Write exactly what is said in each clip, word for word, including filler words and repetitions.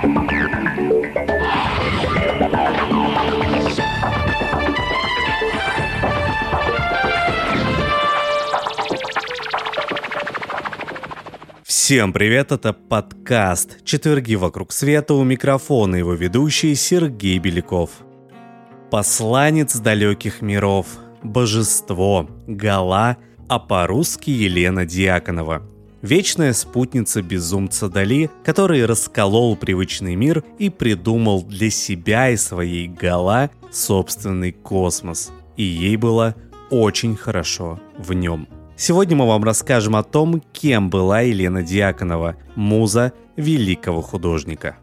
Всем привет, это подкаст «Четверги вокруг света», у микрофона его ведущий Сергей Беляков. Посланец далеких миров, божество, Гала, а по-русски Елена Дьяконова. Вечная спутница безумца Дали, который расколол привычный мир и придумал для себя и своей Гала собственный космос. И ей было очень хорошо в нем. Сегодня мы вам расскажем о том, кем была Елена Дьяконова, муза великого художника.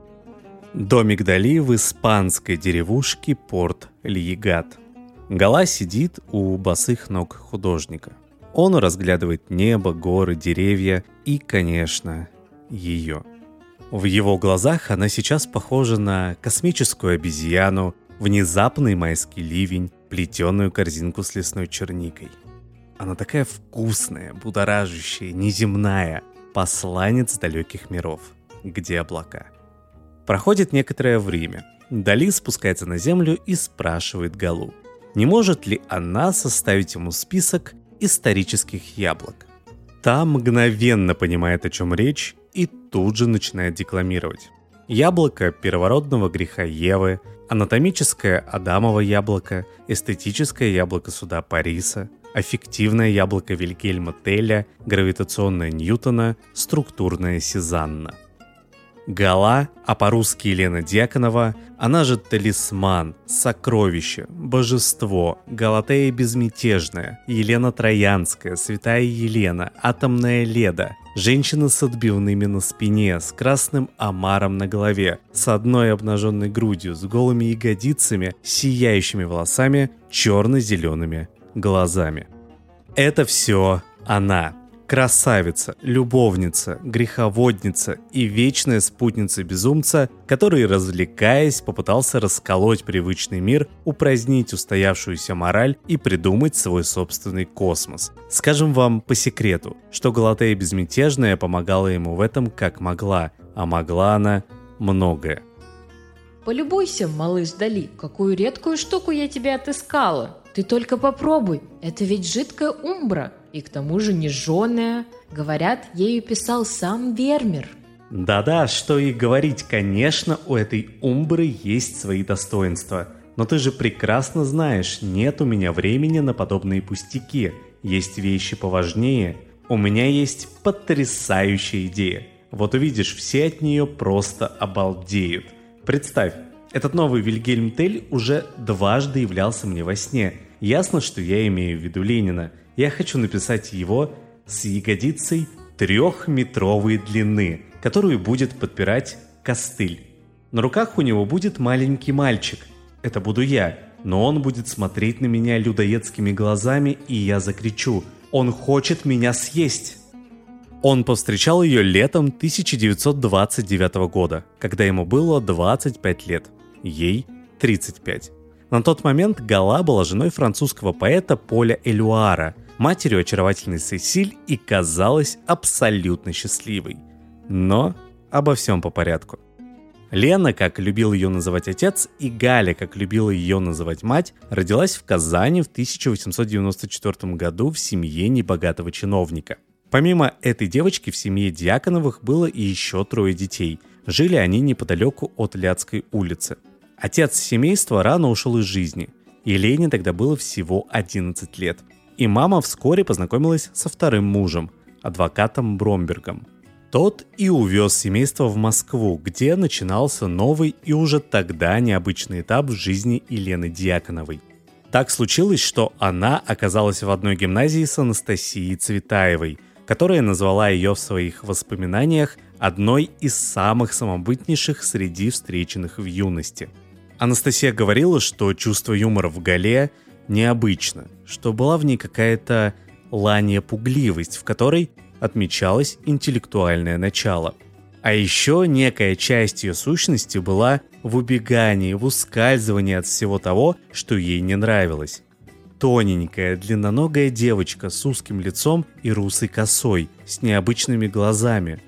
Домик Дали в испанской деревушке Порт-Льегат. Гала сидит у босых ног художника. Он разглядывает небо, горы, деревья и, конечно, ее. В его глазах она сейчас похожа на космическую обезьяну, внезапный майский ливень, плетеную корзинку с лесной черникой. Она такая вкусная, будоражащая, неземная, посланец далеких миров, где облака. Проходит некоторое время. Дали спускается на землю и спрашивает Галу, не может ли она составить ему список исторических яблок. Та мгновенно понимает, о чем речь, и тут же начинает декламировать. Яблоко первородного греха Евы, анатомическое Адамово яблоко, эстетическое яблоко суда Париса, аффективное яблоко Вильгельма Телля, гравитационное Ньютона, структурное Сезанна. Гала, а по-русски Елена Дьяконова, она же талисман, сокровище, божество, Галатея Безмятежная, Елена Троянская, Святая Елена, Атомная Леда, женщина с отбивными на спине, с красным омаром на голове, с одной обнаженной грудью, с голыми ягодицами, сияющими волосами, черно-зелеными глазами. Это все она. Красавица, любовница, греховодница и вечная спутница безумца, который, развлекаясь, попытался расколоть привычный мир, упразднить устоявшуюся мораль и придумать свой собственный космос. Скажем вам по секрету, что Галатея Безмятежная помогала ему в этом как могла, а могла она многое. Полюбуйся, малыш Дали, какую редкую штуку я тебе отыскала. Ты только попробуй, это ведь жидкая умбра, и к тому же не жженая. Говорят, ею писал сам Вермеер. Да-да, что и говорить, конечно, у этой умбры есть свои достоинства. Но ты же прекрасно знаешь, нет у меня времени на подобные пустяки. Есть вещи поважнее. У меня есть потрясающая идея. Вот увидишь, все от нее просто обалдеют. Представь, этот новый Вильгельм Тель уже дважды являлся мне во сне. Ясно, что я имею в виду Ленина. Я хочу написать его с ягодицей трехметровой длины, которую будет подпирать костыль. На руках у него будет маленький мальчик. Это буду я, но он будет смотреть на меня людоедскими глазами, и я закричу: «Он хочет меня съесть!» Он повстречал ее летом тысяча девятьсот двадцать девятого года, когда ему было двадцать пять лет, ей тридцать пять. На тот момент Гала была женой французского поэта Поля Элюара, матерью очаровательной Сесиль, и казалась абсолютно счастливой. Но обо всем по порядку. Лена, как любил ее называть отец, и Галя, как любила ее называть мать, родилась в Казани в тысяча восемьсот девяносто четвёртом году в семье небогатого чиновника. Помимо этой девочки в семье Дьяконовых было и еще трое детей. Жили они неподалеку от Ляцкой улицы. Отец семейства рано ушел из жизни. Елене тогда было всего одиннадцать лет. И мама вскоре познакомилась со вторым мужем, адвокатом Бромбергом. Тот и увез семейство в Москву, где начинался новый и уже тогда необычный этап в жизни Елены Дьяконовой. Так случилось, что она оказалась в одной гимназии с Анастасией Цветаевой, которая назвала ее в своих воспоминаниях одной из самых самобытнейших среди встреченных в юности. Анастасия говорила, что чувство юмора в Гале необычно, что была в ней какая-то ланяя пугливость, в которой отмечалось интеллектуальное начало. А еще некая часть ее сущности была в убегании, в ускальзывании от всего того, что ей не нравилось. Тоненькая, длинноногая девочка с узким лицом и русой косой, с необычными глазами,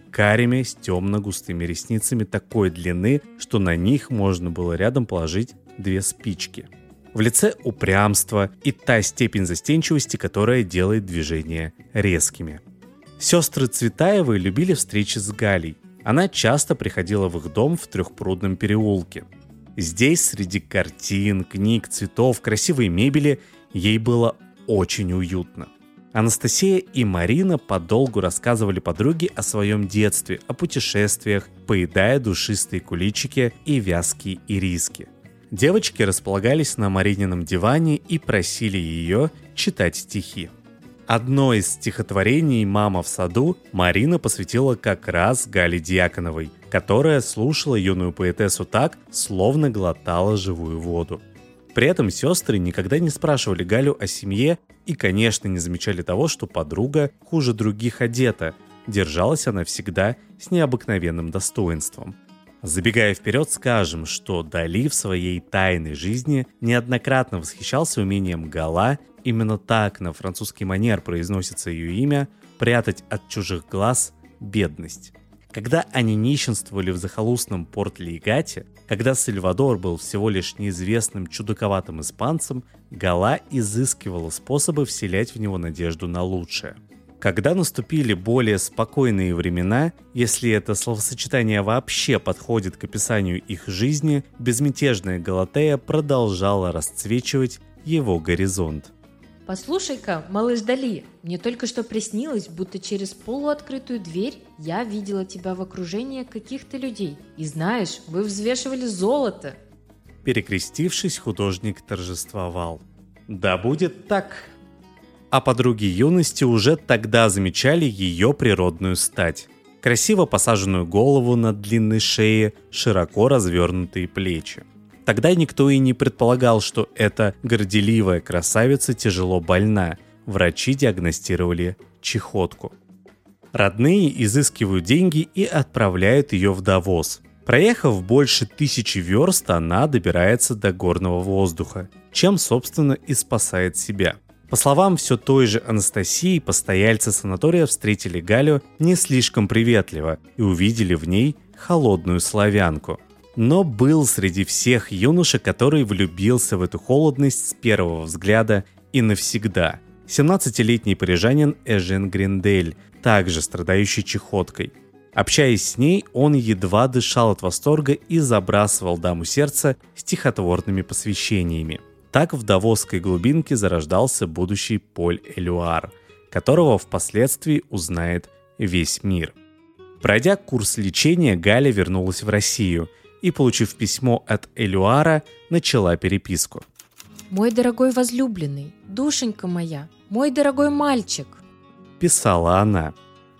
карими с темно-густыми ресницами такой длины, что на них можно было рядом положить две спички. В лице упрямство и та степень застенчивости, которая делает движения резкими. Сестры Цветаевы любили встречи с Галей. Она часто приходила в их дом в Трехпрудном переулке. Здесь, среди картин, книг, цветов, красивой мебели, ей было очень уютно. Анастасия и Марина подолгу рассказывали подруге о своем детстве, о путешествиях, поедая душистые куличики и вязкие ириски. Девочки располагались на Маринином диване и просили ее читать стихи. Одно из стихотворений «Мама в саду» Марина посвятила как раз Гале Дьяконовой, которая слушала юную поэтессу так, словно глотала живую воду. При этом сестры никогда не спрашивали Галю о семье и, конечно, не замечали того, что подруга хуже других одета. Держалась она всегда с необыкновенным достоинством. Забегая вперед, скажем, что Дали в своей тайной жизни неоднократно восхищался умением Гала, именно так на французский манер произносится ее имя, прятать от чужих глаз бедность. Когда они нищенствовали в захолустном Порт-Лейгате, когда Сальвадор был всего лишь неизвестным чудаковатым испанцем, Гала изыскивала способы вселять в него надежду на лучшее. Когда наступили более спокойные времена, если это словосочетание вообще подходит к описанию их жизни, безмятежная Галатея продолжала расцвечивать его горизонт. Послушай-ка, малыш Дали, мне только что приснилось, будто через полуоткрытую дверь я видела тебя в окружении каких-то людей. И знаешь, вы взвешивали золото. Перекрестившись, художник торжествовал. Да будет так. А подруги юности уже тогда замечали ее природную стать. Красиво посаженную голову на длинной шее, широко развернутые плечи. Тогда никто и не предполагал, что эта горделивая красавица тяжело больна. Врачи диагностировали чехотку. Родные изыскивают деньги и отправляют ее в Давос. Проехав больше тысячи верст, она добирается до горного воздуха, чем, собственно, и спасает себя. По словам все той же Анастасии, постояльцы санатория встретили Галю не слишком приветливо и увидели в ней холодную славянку. Но был среди всех юношек, который влюбился в эту холодность с первого взгляда и навсегда. семнадцатилетний парижанин Эжен Гриндель, также страдающий чехоткой. Общаясь с ней, он едва дышал от восторга и забрасывал даму сердца стихотворными посвящениями. Так в давосской глубинке зарождался будущий Поль Элюар, которого впоследствии узнает весь мир. Пройдя курс лечения, Галя вернулась в Россию и, получив письмо от Элюара, начала переписку. «Мой дорогой возлюбленный, душенька моя, мой дорогой мальчик», — писала она.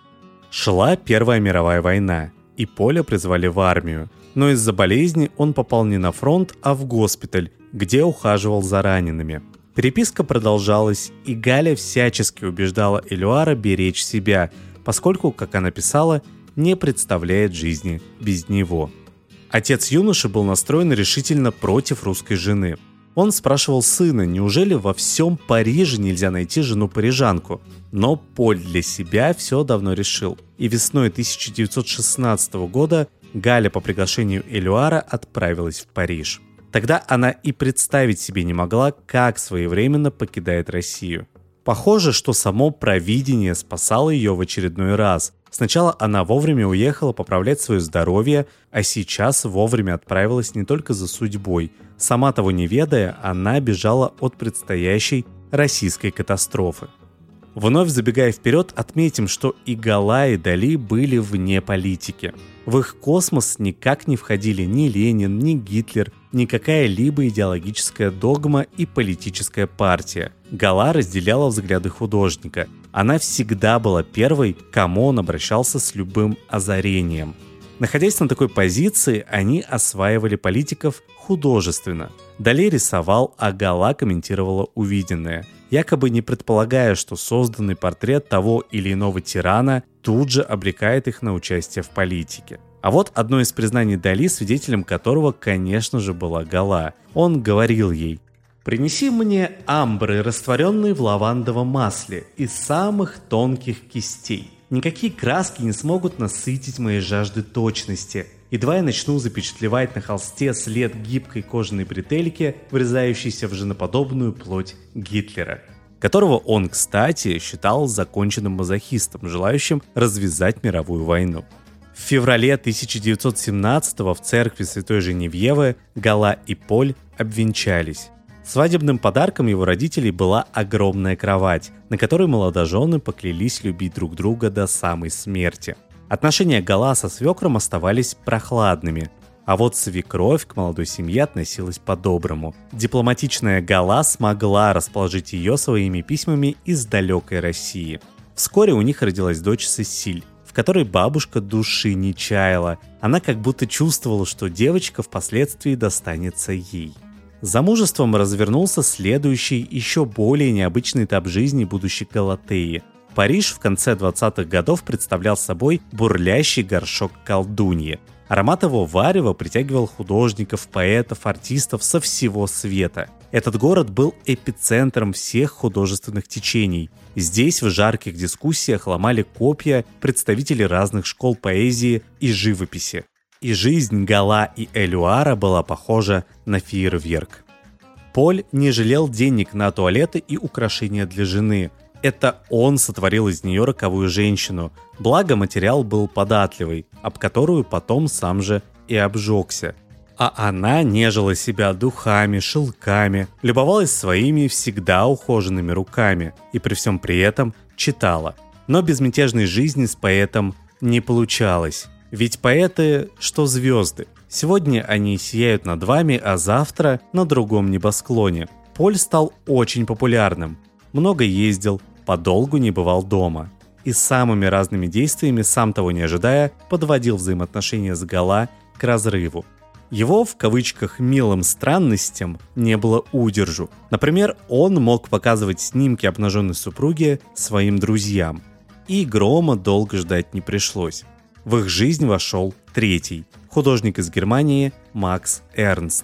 Шла Первая мировая война, и Поля призвали в армию, но из-за болезни он попал не на фронт, а в госпиталь, где ухаживал за ранеными. Переписка продолжалась, и Галя всячески убеждала Элюара беречь себя, поскольку, как она писала, не представляет жизни без него. Отец юноши был настроен решительно против русской жены. Он спрашивал сына, неужели во всем Париже нельзя найти жену-парижанку? Но Поль для себя все давно решил, и весной тысяча девятьсот шестнадцатого года Галя по приглашению Элюара отправилась в Париж. Тогда она и представить себе не могла, как своевременно покидает Россию. Похоже, что само провидение спасало ее в очередной раз. Сначала она вовремя уехала поправлять свое здоровье, а сейчас вовремя отправилась не только за судьбой. Сама того не ведая, она бежала от предстоящей российской катастрофы. Вновь забегая вперед, отметим, что и Гала, и Дали были вне политики. В их космос никак не входили ни Ленин, ни Гитлер, ни какая-либо идеологическая догма и политическая партия. Гала разделяла взгляды художника. Она всегда была первой, к кому он обращался с любым озарением. Находясь на такой позиции, они осваивали политиков художественно. Дали рисовал, а Гала комментировала увиденное, якобы не предполагая, что созданный портрет того или иного тирана тут же обрекает их на участие в политике. А вот одно из признаний Дали, свидетелем которого, конечно же, была Гала. Он говорил ей: «Принеси мне амбры, растворенные в лавандовом масле, из самых тонких кистей. Никакие краски не смогут насытить моей жажды точности. Едва я начну запечатлевать на холсте след гибкой кожаной бретельки, врезающейся в женоподобную плоть Гитлера, которого он, кстати, считал законченным мазохистом, желающим развязать мировую войну. В феврале тысяча девятьсот семнадцатого в церкви Святой Женевьевы Гала и Поль обвенчались. Свадебным подарком его родителей была огромная кровать, на которой молодожены поклялись любить друг друга до самой смерти. Отношения Гала со свекром оставались прохладными, а вот свекровь к молодой семье относилась по-доброму. Дипломатичная Гала смогла расположить ее своими письмами из далекой России. Вскоре у них родилась дочь Сесиль, в которой бабушка души не чаяла. Она как будто чувствовала, что девочка впоследствии достанется ей. Замужеством развернулся следующий, еще более необычный этап жизни будущей Галатеи. Париж в конце двадцатых годов представлял собой бурлящий горшок колдуньи. Аромат его варева притягивал художников, поэтов, артистов со всего света. Этот город был эпицентром всех художественных течений. Здесь в жарких дискуссиях ломали копья представители разных школ поэзии и живописи. И жизнь Гала и Элюара была похожа на фейерверк. Поль не жалел денег на туалеты и украшения для жены. Это он сотворил из нее роковую женщину, благо материал был податливый, об которую потом сам же и обжегся. А она нежила себя духами, шелками, любовалась своими всегда ухоженными руками и при всем при этом читала. Но безмятежной жизни с поэтом не получалось. Ведь поэты, что звезды. Сегодня они сияют над вами, а завтра на другом небосклоне. Поль стал очень популярным. Много ездил, подолгу не бывал дома. И самыми разными действиями, сам того не ожидая, подводил взаимоотношения с Гала к разрыву. Его, в кавычках, «милым странностям» не было удержу. Например, он мог показывать снимки обнаженной супруги своим друзьям. И грома долго ждать не пришлось. В их жизнь вошел третий, художник из Германии Макс Эрнст.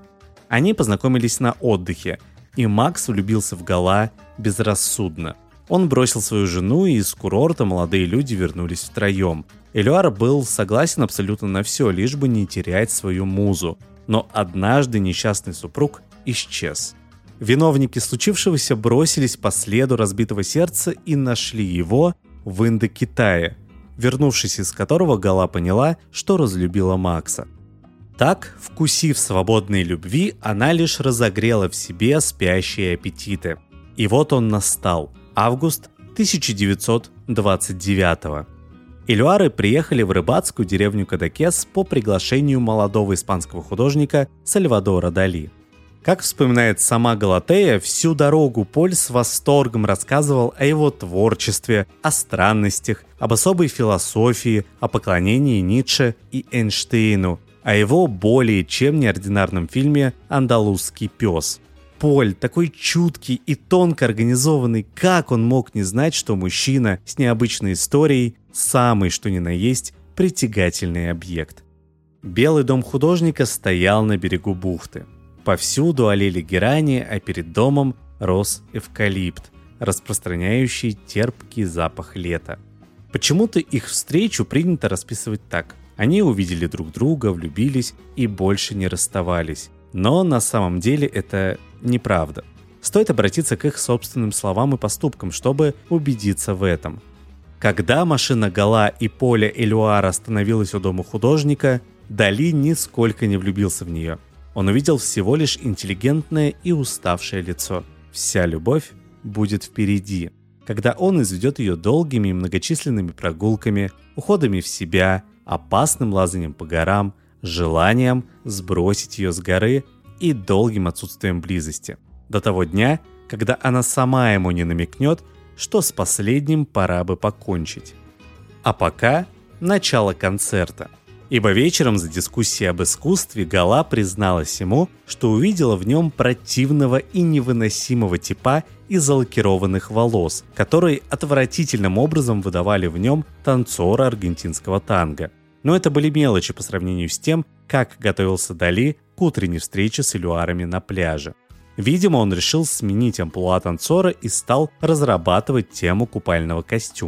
Они познакомились на отдыхе, и Макс влюбился в Гала безрассудно. Он бросил свою жену, и из курорта молодые люди вернулись втроем. Элюар был согласен абсолютно на все, лишь бы не терять свою музу. Но однажды несчастный супруг исчез. Виновники случившегося бросились по следу разбитого сердца и нашли его в Индокитае, вернувшись из которого Гала поняла, что разлюбила Макса. Так, вкусив свободной любви, она лишь разогрела в себе спящие аппетиты. И вот он настал. Август тысяча девятьсот двадцать девятого. Элюары приехали в рыбацкую деревню Кадакес по приглашению молодого испанского художника Сальвадора Дали. Как вспоминает сама Галатея, всю дорогу Поль с восторгом рассказывал о его творчестве, о странностях, об особой философии, о поклонении Ницше и Эйнштейну, о его более чем неординарном фильме «Андалузский пес». Поль, такой чуткий и тонко организованный, как он мог не знать, что мужчина с необычной историей – самый что ни на есть притягательный объект. Белый дом художника стоял на берегу бухты. Повсюду олели герани, а перед домом рос эвкалипт, распространяющий терпкий запах лета. Почему-то их встречу принято расписывать так. Они увидели друг друга, влюбились и больше не расставались. Но на самом деле это неправда. Стоит обратиться к их собственным словам и поступкам, чтобы убедиться в этом. Когда машина Гала и Поля Элюара остановилась у дома художника, Дали нисколько не влюбился в нее. Он увидел всего лишь интеллигентное и уставшее лицо. Вся любовь будет впереди, когда он изведет ее долгими и многочисленными прогулками, уходами в себя, опасным лазанием по горам, желанием сбросить ее с горы и долгим отсутствием близости. До того дня, когда она сама ему не намекнет, что с последним пора бы покончить. А пока начало концерта. Ибо вечером за дискуссией об искусстве Гала призналась ему, что увидела в нем противного и невыносимого типа из лакированных волос, которые отвратительным образом выдавали в нем танцора аргентинского танго. Но это были мелочи по сравнению с тем, как готовился Дали к утренней встрече с элюарами на пляже. Видимо, он решил сменить амплуа танцора и стал разрабатывать тему купального костюма.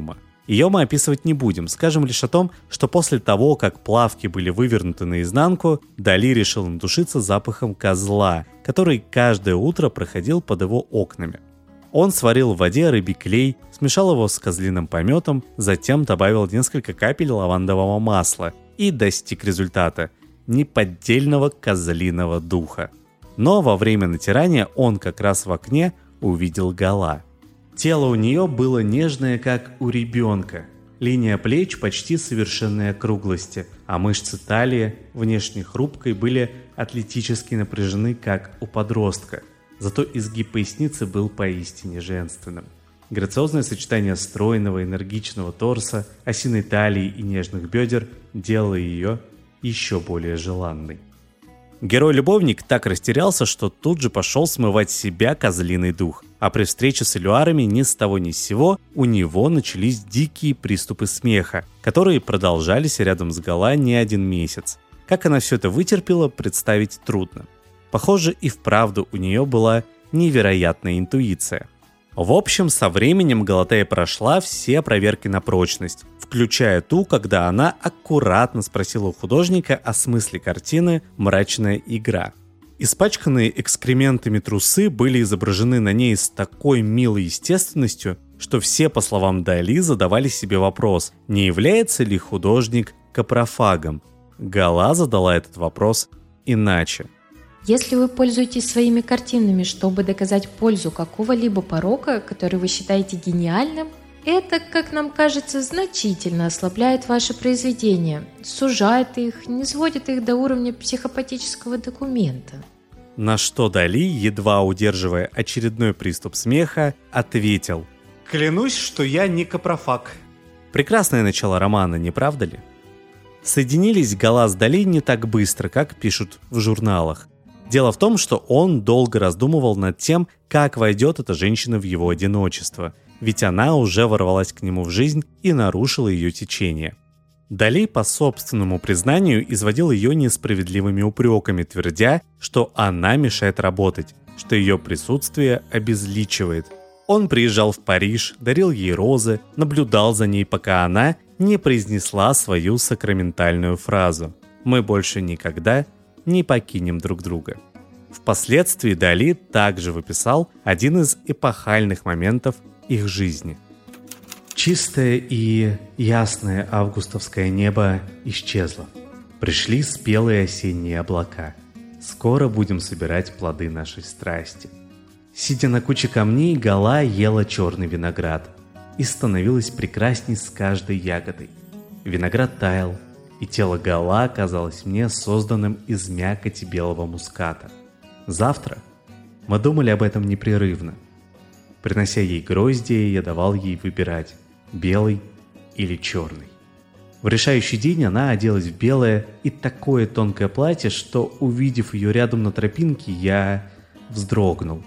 Ее мы описывать не будем, скажем лишь о том, что после того, как плавки были вывернуты наизнанку, Дали решил надушиться запахом козла, который каждое утро проходил под его окнами. Он сварил в воде рыбий клей, смешал его с козлиным пометом, затем добавил несколько капель лавандового масла и достиг результата – неподдельного козлиного духа. Но во время натирания он как раз в окне увидел Гала. Тело у нее было нежное, как у ребенка. Линия плеч почти совершенной округлости, а мышцы талии, внешне хрупкой, были атлетически напряжены, как у подростка. Зато изгиб поясницы был поистине женственным. Грациозное сочетание стройного, энергичного торса, осиной талии и нежных бедер делало ее еще более желанной. Герой-любовник так растерялся, что тут же пошел смывать с себя козлиный дух. А при встрече с элюарами ни с того ни с сего у него начались дикие приступы смеха, которые продолжались рядом с Гала не один месяц. Как она все это вытерпела, представить трудно. Похоже, и вправду у нее была невероятная интуиция. В общем, со временем Галатея прошла все проверки на прочность, включая ту, когда она аккуратно спросила у художника о смысле картины «Мрачная игра». Испачканные экскрементами трусы были изображены на ней с такой милой естественностью, что все, по словам Дали, задавали себе вопрос, не является ли художник капрофагом. Гала задала этот вопрос иначе. Если вы пользуетесь своими картинами, чтобы доказать пользу какого-либо порока, который вы считаете гениальным, это, как нам кажется, значительно ослабляет ваши произведения, сужает их, не сводит их до уровня психопатического документа. На что Дали, едва удерживая очередной приступ смеха, ответил: «Клянусь, что я не капрофаг». Прекрасное начало романа, не правда ли? Соединились Гала с Дали не так быстро, как пишут в журналах. Дело в том, что он долго раздумывал над тем, как войдет эта женщина в его одиночество, ведь она уже ворвалась к нему в жизнь и нарушила ее течение. Дали, по собственному признанию, изводил ее несправедливыми упреками, твердя, что она мешает работать, что ее присутствие обезличивает. Он приезжал в Париж, дарил ей розы, наблюдал за ней, пока она не произнесла свою сакраментальную фразу «Мы больше никогда не покинем друг друга». Впоследствии Дали также выписал один из эпохальных моментов их жизни. Чистое и ясное августовское небо исчезло. Пришли спелые осенние облака. Скоро будем собирать плоды нашей страсти. Сидя на куче камней, Гала ела черный виноград и становилась прекрасней с каждой ягодой. Виноград таял, и тело Гала казалось мне созданным из мякоти белого муската. Завтра мы думали об этом непрерывно. Принося ей гроздья, я давал ей выбирать, белый или черный. В решающий день она оделась в белое и такое тонкое платье, что, увидев ее рядом на тропинке, я вздрогнул.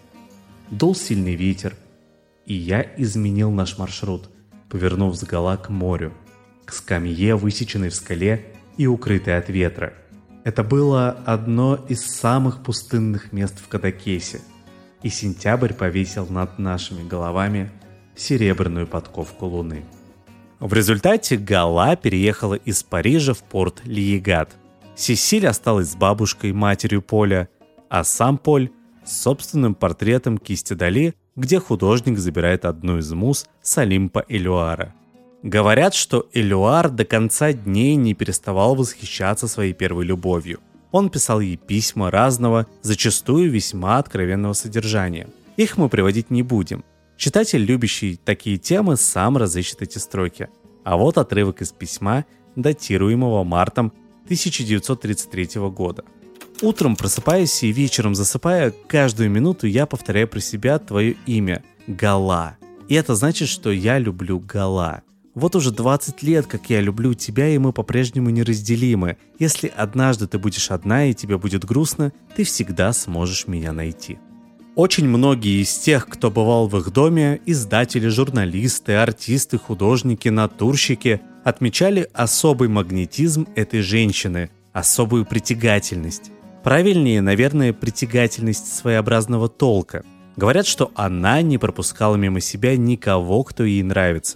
Дул сильный ветер, и я изменил наш маршрут, повернув с Гала к морю, к скамье, высеченной в скале и укрытой от ветра. Это было одно из самых пустынных мест в Кадакесе, и сентябрь повесил над нашими головами серебряную подковку луны. В результате Гала переехала из Парижа в порт Лиегат. Сесиль осталась с бабушкой, матерью Поля, а сам Поль с собственным портретом кисти Дали, где художник забирает одну из муз с Олимпа Элюара. Говорят, что Элюар до конца дней не переставал восхищаться своей первой любовью. Он писал ей письма разного, зачастую весьма откровенного содержания. Их мы приводить не будем. Читатель, любящий такие темы, сам разыщет эти строки. А вот отрывок из письма, датируемого мартом тысяча девятьсот тридцать третьего года. «Утром просыпаясь и вечером засыпая, каждую минуту я повторяю про себя твое имя – Гала. И это значит, что я люблю Гала. Вот уже двадцать лет, как я люблю тебя, и мы по-прежнему неразделимы. Если однажды ты будешь одна и тебе будет грустно, ты всегда сможешь меня найти». Очень многие из тех, кто бывал в их доме, издатели, журналисты, артисты, художники, натурщики, отмечали особый магнетизм этой женщины, особую притягательность. Правильнее, наверное, притягательность своеобразного толка. Говорят, что она не пропускала мимо себя никого, кто ей нравится.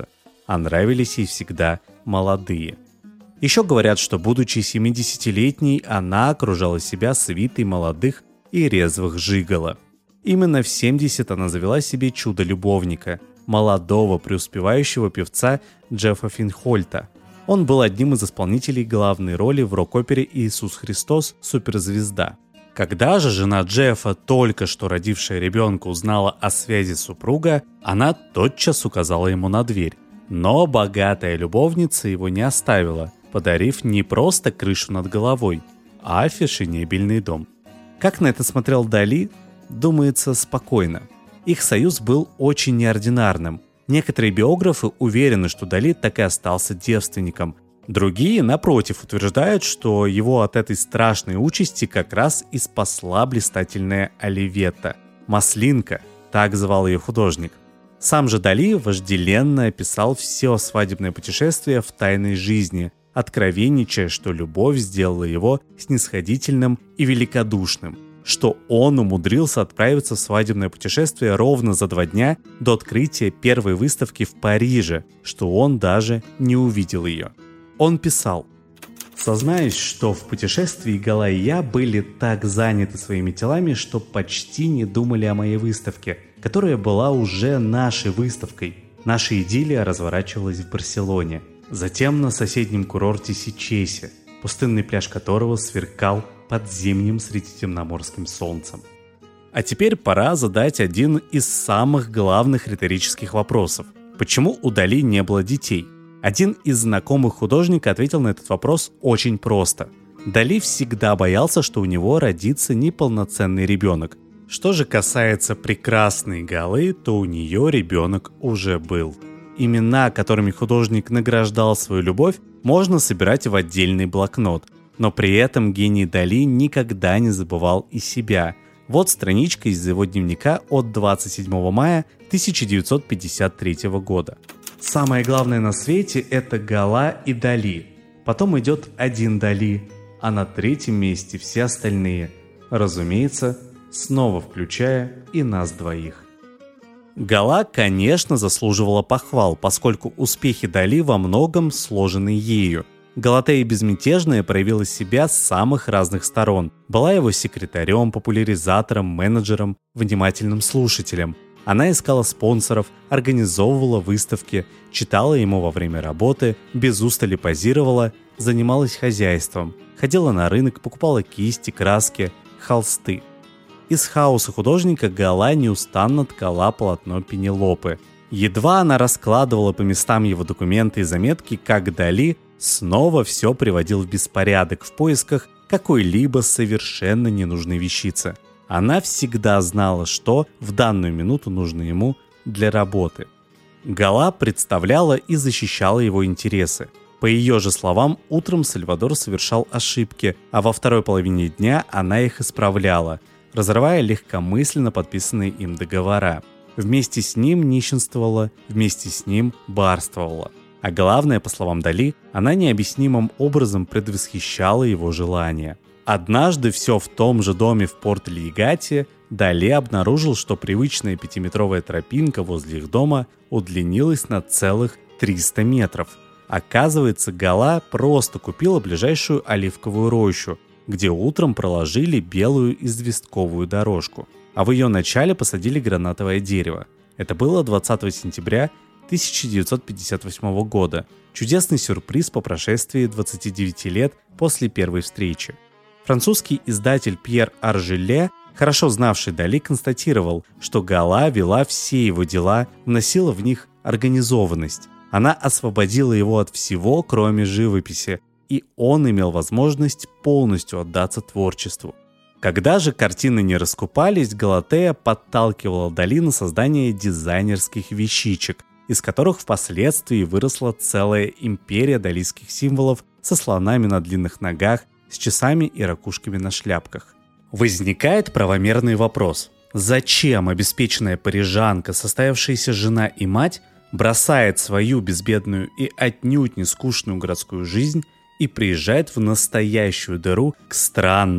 а нравились ей всегда молодые. Еще говорят, что, будучи семидесятилетней, она окружала себя свитой молодых и резвых жиголо. Именно в семьдесят она завела себе чудо-любовника, молодого преуспевающего певца Джеффа Финхольта. Он был одним из исполнителей главной роли в рок-опере «Иисус Христос. Суперзвезда». Когда же жена Джеффа, только что родившая ребенка, узнала о связи супруга, она тотчас указала ему на дверь. Но богатая любовница его не оставила, подарив не просто крышу над головой, а фешенебельный дом. Как на это смотрел Дали? Думается, спокойно. Их союз был очень неординарным. Некоторые биографы уверены, что Дали так и остался девственником. Другие, напротив, утверждают, что его от этой страшной участи как раз и спасла блистательная Оливетта. Маслинка, так звал ее художник. Сам же Дали вожделенно описал все свадебное путешествие в тайной жизни, откровенничая, что любовь сделала его снисходительным и великодушным, что он умудрился отправиться в свадебное путешествие ровно за два дня до открытия первой выставки в Париже, что он даже не увидел ее. Он писал: «Сознаюсь, что в путешествии Гала и я были так заняты своими телами, что почти не думали о моей выставке, которая была уже нашей выставкой. Наша идиллия разворачивалась в Барселоне, затем на соседнем курорте Сичесе, пустынный пляж которого сверкал под зимним средиземноморским солнцем». А теперь пора задать один из самых главных риторических вопросов. Почему у Дали не было детей? Один из знакомых художника ответил на этот вопрос очень просто. Дали всегда боялся, что у него родится неполноценный ребенок. Что же касается прекрасной Галы, то у нее ребенок уже был. Имена, которыми художник награждал свою любовь, можно собирать в отдельный блокнот. Но при этом гений Дали никогда не забывал и себя. Вот страничка из его дневника от двадцать седьмого мая тысяча девятьсот пятьдесят третьего года. «Самое главное на свете – это Гала и Дали. Потом идет один Дали, а на третьем месте все остальные. Разумеется, снова включая и нас двоих». Гала, конечно, заслуживала похвал, поскольку успехи Дали во многом сложены ею. Галатея Безмятежная проявила себя с самых разных сторон. Была его секретарем, популяризатором, менеджером, внимательным слушателем. Она искала спонсоров, организовывала выставки, читала ему во время работы, без устали позировала, занималась хозяйством, ходила на рынок, покупала кисти, краски, холсты. Из хаоса художника Гала неустанно ткала полотно Пенелопы. Едва она раскладывала по местам его документы и заметки, как Дали снова все приводил в беспорядок в поисках какой-либо совершенно ненужной вещицы. Она всегда знала, что в данную минуту нужно ему для работы. Гала представляла и защищала его интересы. По ее же словам, утром Сальвадор совершал ошибки, а во второй половине дня она их исправляла, разрывая легкомысленно подписанные им договора. Вместе с ним нищенствовала, вместе с ним барствовала. А главное, по словам Дали, она необъяснимым образом предвосхищала его желания. Однажды все в том же доме в Порт-Лейгате Дали обнаружил, что привычная пятиметровая тропинка возле их дома удлинилась на целых триста метров. Оказывается, Гала просто купила ближайшую оливковую рощу, где утром проложили белую известковую дорожку, а в ее начале посадили гранатовое дерево. Это было двадцатого сентября тысяча девятьсот пятьдесят восьмого года. Чудесный сюрприз по прошествии двадцати девяти лет после первой встречи. Французский издатель Пьер Аржеле, хорошо знавший Дали, констатировал, что Гала вела все его дела, вносила в них организованность. Она освободила его от всего, кроме живописи, и он имел возможность полностью отдаться творчеству. Когда же картины не раскупались, Галатея подталкивала Дали на создание дизайнерских вещичек, из которых впоследствии выросла целая империя далийских символов со слонами на длинных ногах, с часами и ракушками на шляпках. Возникает правомерный вопрос: зачем обеспеченная парижанка, состоявшаяся жена и мать, бросает свою безбедную и отнюдь не скучную городскую жизнь и приезжает в настоящую дыру к странному,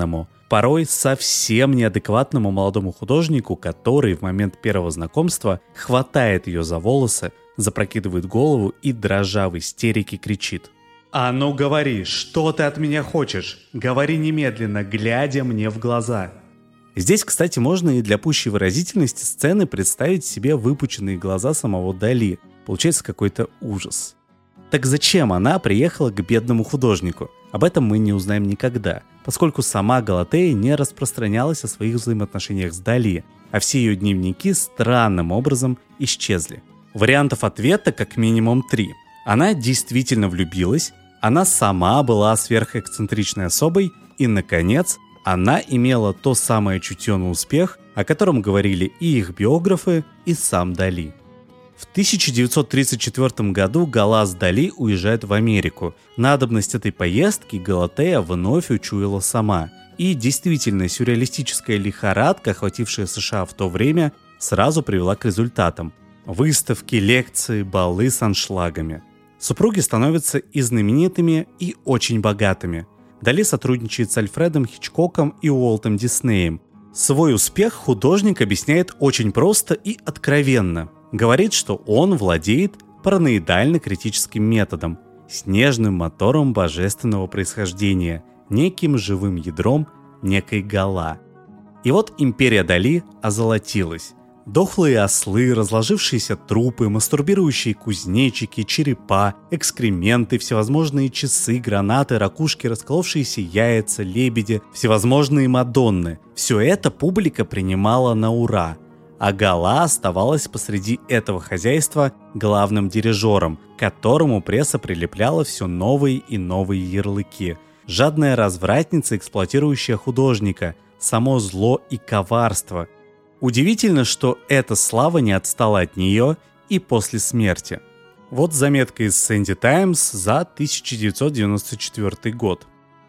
порой совсем неадекватному молодому художнику, который в момент первого знакомства хватает ее за волосы, запрокидывает голову и, дрожа в истерике, кричит: «А ну говори, что ты от меня хочешь? Говори немедленно, глядя мне в глаза». Здесь, кстати, можно и для пущей выразительности сцены представить себе выпученные глаза самого Дали. Получается какой-то ужас. Так зачем она приехала к бедному художнику? Об этом мы не узнаем никогда, поскольку сама Галатея не распространялась о своих взаимоотношениях с Дали, а все ее дневники странным образом исчезли. Вариантов ответа как минимум три. Она действительно влюбилась, она сама была сверхэксцентричной особой, и, наконец, она имела то самое чутье на успех, о котором говорили и их биографы, и сам Дали. В тысяча девятьсот тридцать четвёртом году Гала с Дали уезжают в Америку. Надобность этой поездки Галатея вновь учуяла сама. И действительно, сюрреалистическая лихорадка, охватившая США в то время, сразу привела к результатам. Выставки, лекции, балы с аншлагами. Супруги становятся и знаменитыми, и очень богатыми. Дали сотрудничает с Альфредом Хичкоком и Уолтом Диснеем. Свой успех художник объясняет очень просто и откровенно. Говорит, что он владеет параноидально-критическим методом, снежным мотором божественного происхождения, неким живым ядром некой Гала. И вот империя Дали озолотилась. Дохлые ослы, разложившиеся трупы, мастурбирующие кузнечики, черепа, экскременты, всевозможные часы, гранаты, ракушки, расколовшиеся яйца, лебеди, всевозможные мадонны. Все это публика принимала на ура. А Гала оставалась посреди этого хозяйства главным дирижером, к которому пресса прилепляла все новые и новые ярлыки. Жадная развратница, эксплуатирующая художника, само зло и коварство. Удивительно, что эта слава не отстала от нее и после смерти. Вот заметка из Sunday Times за тысяча девятьсот девяносто четвёртый год.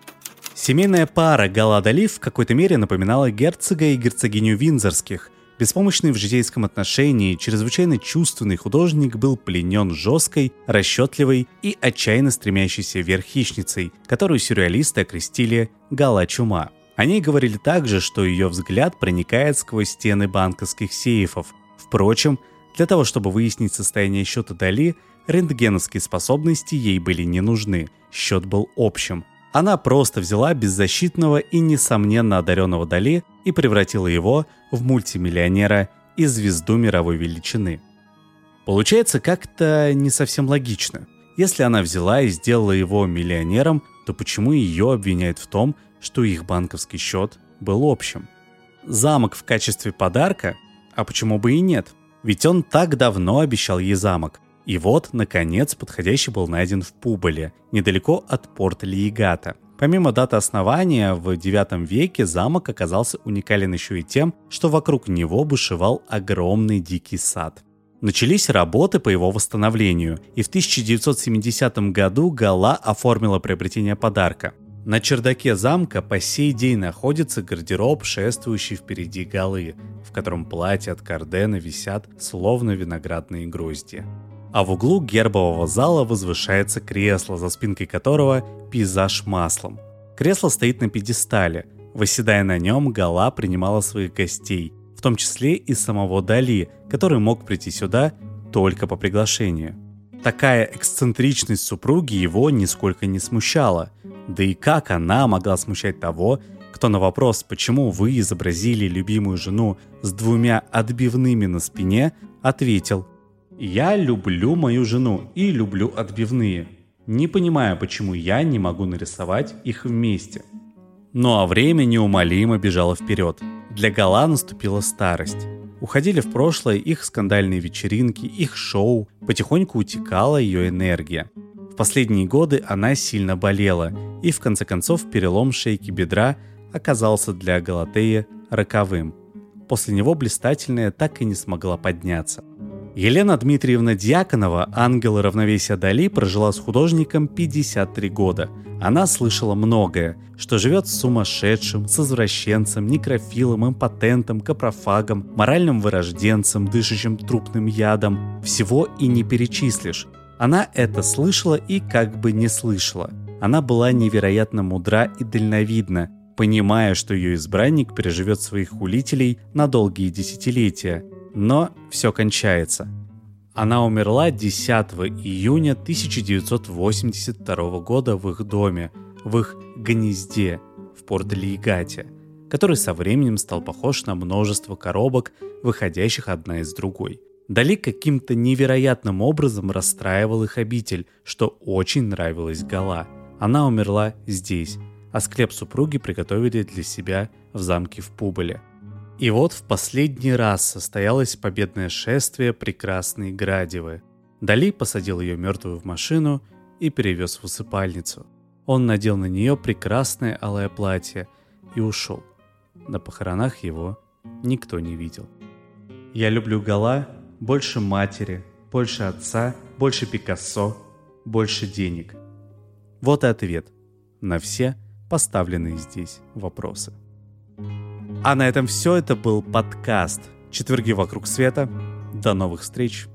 Семейная пара Гала-Дали в какой-то мере напоминала герцога и герцогиню Виндзорских. Беспомощный в житейском отношении, чрезвычайно чувственный художник был пленен жесткой, расчетливой и отчаянно стремящейся вверх хищницей, которую сюрреалисты окрестили «Гала-чума». О ней говорили также, что ее взгляд проникает сквозь стены банковских сейфов. Впрочем, для того, чтобы выяснить состояние счета Дали, рентгеновские способности ей были не нужны, счет был общим. Она просто взяла беззащитного и, несомненно, одаренного Дали и превратила его в мультимиллионера и звезду мировой величины. Получается как-то не совсем логично. Если она взяла и сделала его миллионером, то почему ее обвиняют в том, что их банковский счет был общим? Замок в качестве подарка? А почему бы и нет? Ведь он так давно обещал ей замок. И вот, наконец, подходящий был найден в Пуболе, недалеко от порта Лиегата. Помимо даты основания, в девятом веке замок оказался уникален еще и тем, что вокруг него бушевал огромный дикий сад. Начались работы по его восстановлению, и в тысяча девятьсот семидесятом году Гала оформила приобретение подарка. На чердаке замка по сей день находится гардероб, шествующий впереди Галы, в котором платья от Кардена висят словно виноградные грозди. А в углу гербового зала возвышается кресло, за спинкой которого пейзаж маслом. Кресло стоит на пьедестале. Восседая на нем, Гала принимала своих гостей, в том числе и самого Дали, который мог прийти сюда только по приглашению. Такая эксцентричность супруги его нисколько не смущала. Да и как она могла смущать того, кто на вопрос, почему вы изобразили любимую жену с двумя отбивными на спине, ответил: «Я люблю мою жену и люблю отбивные. Не понимаю, почему я не могу нарисовать их вместе». Ну а время неумолимо бежало вперед. Для Гала наступила старость. Уходили в прошлое их скандальные вечеринки, их шоу, потихоньку утекала ее энергия. В последние годы она сильно болела, и в конце концов перелом шейки бедра оказался для Галатеи роковым. После него блистательная так и не смогла подняться. Елена Дмитриевна Дьяконова, ангел равновесия Дали, прожила с художником пятьдесят три года. Она слышала многое, что живет с сумасшедшим, с извращенцем, некрофилом, импотентом, капрофагом, моральным вырожденцем, дышащим трупным ядом. Всего и не перечислишь. Она это слышала и как бы не слышала. Она была невероятно мудра и дальновидна, понимая, что ее избранник переживет своих хулителей на долгие десятилетия. Но все кончается. Она умерла десятого июня тысяча девятьсот восемьдесят второго года в их доме, в их гнезде в Порт-Лейгате, который со временем стал похож на множество коробок, выходящих одна из другой. Дали каким-то невероятным образом расстраивал их обитель, что очень нравилось Гала. Она умерла здесь, а склеп супруги приготовили для себя в замке в Пуболе. И вот в последний раз состоялось победное шествие прекрасной Градивы. Дали посадил ее мертвую в машину и перевез в усыпальницу. Он надел на нее прекрасное алое платье и ушел. На похоронах его никто не видел. Я люблю Гала больше матери, больше отца, больше Пикассо, больше денег. Вот и ответ на все поставленные здесь вопросы. А на этом все. Это был подкаст «Четверги вокруг света». До новых встреч!